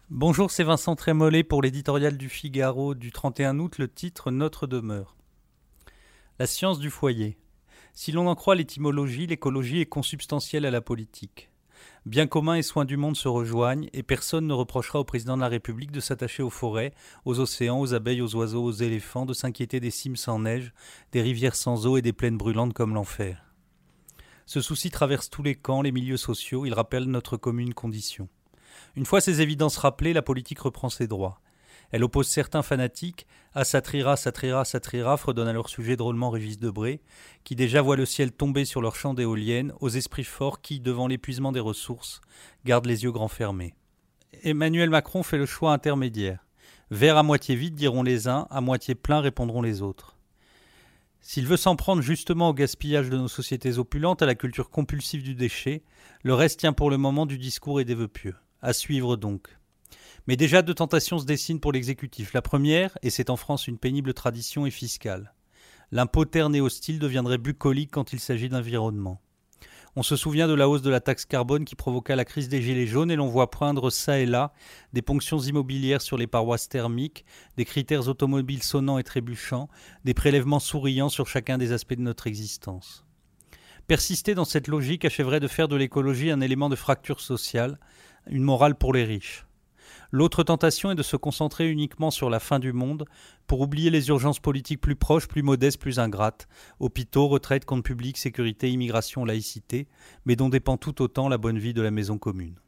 Bonjour, c'est Vincent Trémollet pour l'éditorial du Figaro du 31 août, le titre Notre demeure. La science du foyer. Si l'on en croit l'étymologie, l'écologie est consubstantielle à la politique. Bien commun et soins du monde se rejoignent et personne ne reprochera au président de la République de s'attacher aux forêts, aux océans, aux abeilles, aux oiseaux, aux éléphants, de s'inquiéter des cimes sans neige, des rivières sans eau et des plaines brûlantes comme l'enfer. Ce souci traverse tous les camps, les milieux sociaux, il rappelle notre commune condition. Une fois ces évidences rappelées, la politique reprend ses droits. Elle oppose certains fanatiques à Satrira, Satrira, Satrira, fredonne à leur sujet drôlement Régis Debray, qui déjà voit le ciel tomber sur leur champ d'éoliennes, aux esprits forts qui, devant l'épuisement des ressources, gardent les yeux grands fermés. Emmanuel Macron fait le choix intermédiaire. Verre à moitié vide, diront les uns, à moitié plein, répondront les autres. S'il veut s'en prendre justement au gaspillage de nos sociétés opulentes, à la culture compulsive du déchet, le reste tient pour le moment du discours et des vœux pieux. À suivre donc. Mais déjà deux tentations se dessinent pour l'exécutif. La première, et c'est en France une pénible tradition, est fiscale. L'impôt terne et hostile deviendrait bucolique quand il s'agit d'environnement. On se souvient de la hausse de la taxe carbone qui provoqua la crise des gilets jaunes et l'on voit poindre ça et là des ponctions immobilières sur les paroisses thermiques, des critères automobiles sonnants et trébuchants, des prélèvements souriants sur chacun des aspects de notre existence. Persister dans cette logique achèverait de faire de l'écologie un élément de fracture sociale, une morale pour les riches. L'autre tentation est de se concentrer uniquement sur la fin du monde pour oublier les urgences politiques plus proches, plus modestes, plus ingrates, hôpitaux, retraites, comptes publics, sécurité, immigration, laïcité, mais dont dépend tout autant la bonne vie de la maison commune.